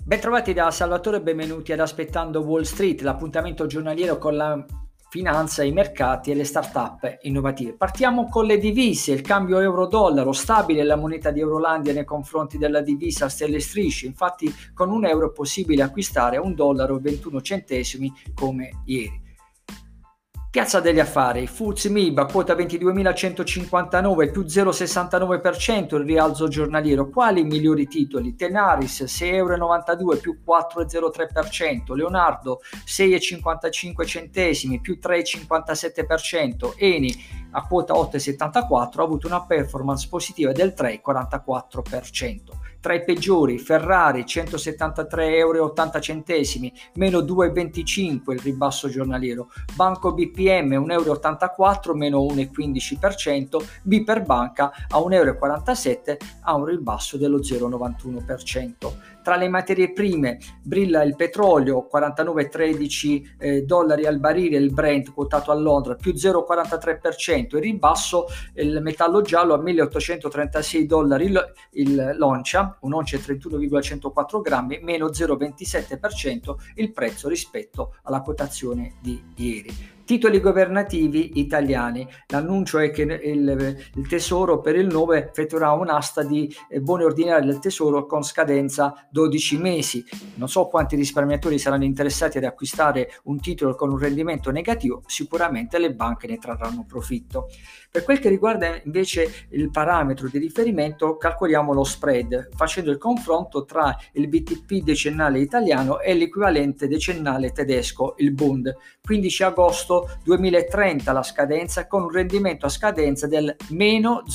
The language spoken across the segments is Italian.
Bentrovati da Salvatore e benvenuti ad Aspettando Wall Street, l'appuntamento giornaliero con la finanza, i mercati e le start-up innovative. Partiamo con le divise, il cambio euro-dollaro stabile, la moneta di Eurolandia nei confronti della divisa stelle e strisce, infatti con €1 è possibile acquistare $1,21 come ieri. Piazza degli affari, FTSE MIB a quota 22.159 più 0,69% il rialzo giornaliero. Quali i migliori titoli? Tenaris €6,92 più 4,03%, Leonardo 6,55 centesimi più 3,57%, Eni a quota 8,74 ha avuto una performance positiva del 3,44%. Tra i peggiori Ferrari €173,80, meno 2,25 il ribasso giornaliero, Banco BPM €1,84, meno 1,15%, B per Banca a €1,47 a un ribasso dello 0,91%. Tra le materie prime brilla il petrolio, $49,13 al barile, il Brent quotato a Londra, più 0,43%, il ribasso il metallo giallo a $1.836 il l'oncia, un'oncia 31,104 grammi, meno 0,27% il prezzo rispetto alla quotazione di ieri. Titoli governativi italiani. L'annuncio è che il Tesoro per il 9 effettuerà un'asta di buoni ordinari del Tesoro con scadenza 12 mesi. Non so quanti risparmiatori saranno interessati ad acquistare un titolo con un rendimento negativo, sicuramente le banche ne trarranno profitto. Per quel che riguarda invece il parametro di riferimento, calcoliamo lo spread facendo il confronto tra il BTP decennale italiano e l'equivalente decennale tedesco, il Bund. 15 agosto 2030 la scadenza, con un rendimento a scadenza del meno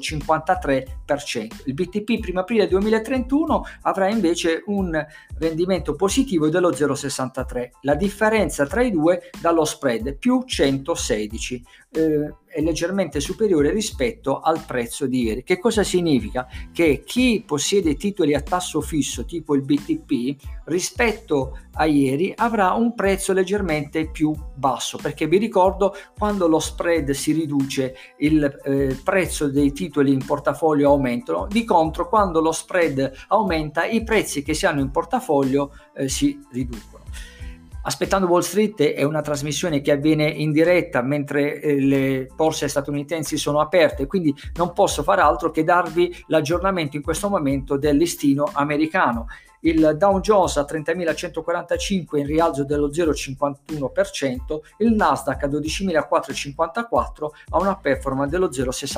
0,53%. Il BTP 1 aprile 2031 avrà invece un rendimento positivo dello 0,63%. La differenza tra i due dallo spread più 116. È leggermente superiore rispetto al prezzo di ieri. Che cosa significa? Che chi possiede titoli a tasso fisso tipo il BTP rispetto a ieri avrà un prezzo leggermente più basso, perché vi ricordo, quando lo spread si riduce il prezzo dei titoli in portafoglio aumentano, di contro quando lo spread aumenta i prezzi che si hanno in portafoglio si riducono. Aspettando Wall Street è una trasmissione che avviene in diretta mentre le borse statunitensi sono aperte, quindi non posso fare altro che darvi l'aggiornamento in questo momento del listino americano. Il Dow Jones a 30.145 in rialzo dello 0,51%, il Nasdaq a 12.454 ha una performance dello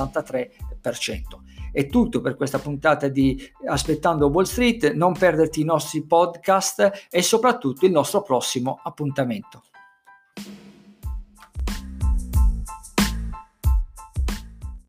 0,63%. È tutto per questa puntata di Aspettando Wall Street, non perderti i nostri podcast e soprattutto il nostro prossimo appuntamento.